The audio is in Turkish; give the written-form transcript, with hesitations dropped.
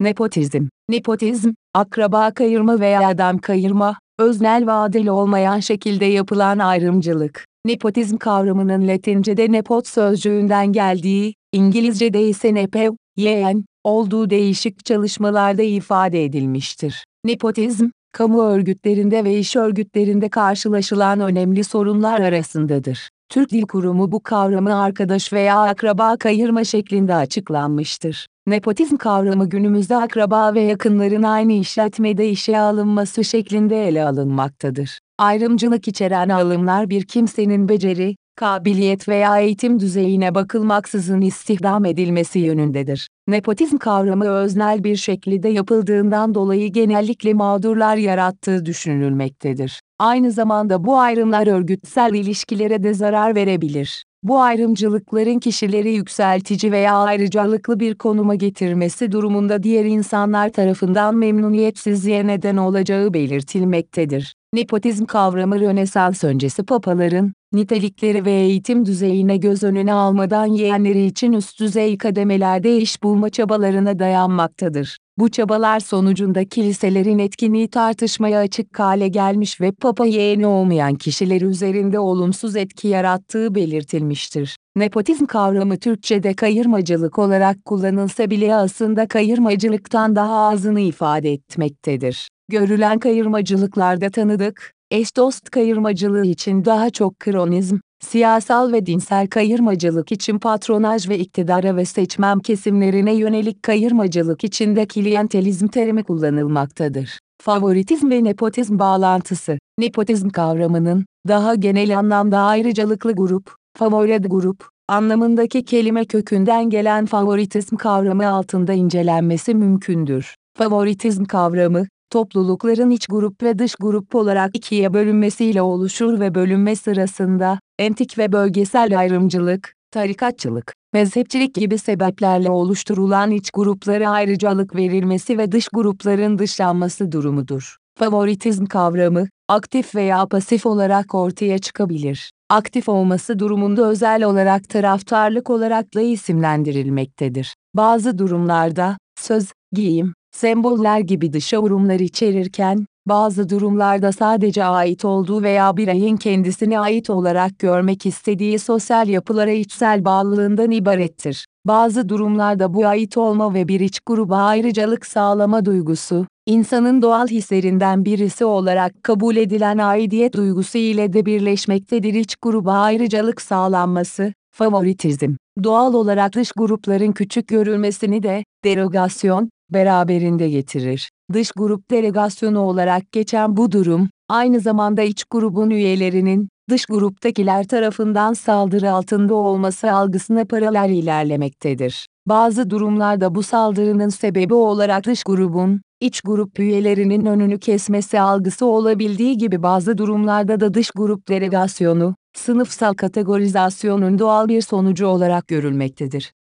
Nepotizm. Nepotizm, akraba kayırma veya adam kayırma, öznel ve adil olmayan şekilde yapılan ayrımcılık. Nepotizm kavramının Latince'de nepot sözcüğünden geldiği, İngilizce'de ise nepo, yeğen, olduğu değişik çalışmalarda ifade edilmiştir. Nepotizm, kamu örgütlerinde ve iş örgütlerinde karşılaşılan önemli sorunlar arasındadır. Türk Dil Kurumu bu kavramı arkadaş veya akraba kayırma şeklinde açıklanmıştır. Nepotizm kavramı günümüzde akraba ve yakınların aynı işletmede işe alınması şeklinde ele alınmaktadır. Ayrımcılık içeren alımlar bir kimsenin beceri, kabiliyet veya eğitim düzeyine bakılmaksızın istihdam edilmesi yönündedir. Nepotizm kavramı öznel bir şekilde yapıldığından dolayı genellikle mağdurlar yarattığı düşünülmektedir. Aynı zamanda bu ayrımlar örgütsel ilişkilere de zarar verebilir. Bu ayrımcılıkların kişileri yükseltici veya ayrıcalıklı bir konuma getirmesi durumunda diğer insanlar tarafından memnuniyetsizliğe neden olacağı belirtilmektedir. Nepotizm kavramı Rönesans öncesi papaların, nitelikleri ve eğitim düzeyine göz önüne almadan yeğenleri için üst düzey kademelerde iş bulma çabalarına dayanmaktadır. Bu çabalar sonucunda kiliselerin etkinliği tartışmaya açık hale gelmiş ve papa yeğeni olmayan kişiler üzerinde olumsuz etki yarattığı belirtilmiştir. Nepotizm kavramı Türkçe'de kayırmacılık olarak kullanılsa bile aslında kayırmacılıktan daha azını ifade etmektedir. Görülen kayırmacılıklarda tanıdık, eş dost kayırmacılığı için daha çok kronizm, siyasal ve dinsel kayırmacılık için patronaj ve iktidara ve seçmen kesimlerine yönelik kayırmacılık için de klientelizm terimi kullanılmaktadır. Favoritizm ve nepotizm bağlantısı. Nepotizm kavramının, daha genel anlamda ayrıcalıklı grup, favored grup, anlamındaki kelime kökünden gelen favoritizm kavramı altında incelenmesi mümkündür. Favoritizm kavramı, toplulukların iç grup ve dış grup olarak ikiye bölünmesiyle oluşur ve bölünme sırasında, etnik ve bölgesel ayrımcılık, tarikatçılık, mezhepçilik gibi sebeplerle oluşturulan iç gruplara ayrıcalık verilmesi ve dış grupların dışlanması durumudur. Favoritizm kavramı, aktif veya pasif olarak ortaya çıkabilir. Aktif olması durumunda özel olarak taraftarlık olarak da isimlendirilmektedir. Bazı durumlarda, söz, giyim, semboller gibi dışa vurumlar içerirken, bazı durumlarda sadece ait olduğu veya bireyin kendisine ait olarak görmek istediği sosyal yapılara içsel bağlılığından ibarettir. Bazı durumlarda bu ait olma ve bir iç gruba ayrıcalık sağlama duygusu, insanın doğal hislerinden birisi olarak kabul edilen aidiyet duygusu ile de birleşmektedir. İç gruba ayrıcalık sağlanması, favoritizm, doğal olarak dış grupların küçük görülmesini de, derogasyon, beraberinde getirir. Dış grup derogasyonu olarak geçen bu durum, aynı zamanda iç grubun üyelerinin, dış gruptakiler tarafından saldırı altında olması algısına paralel ilerlemektedir. Bazı durumlarda bu saldırının sebebi olarak dış grubun, iç grup üyelerinin önünü kesmesi algısı olabildiği gibi bazı durumlarda da dış grup derogasyonu, sınıfsal kategorizasyonun doğal bir sonucu olarak görülmektedir.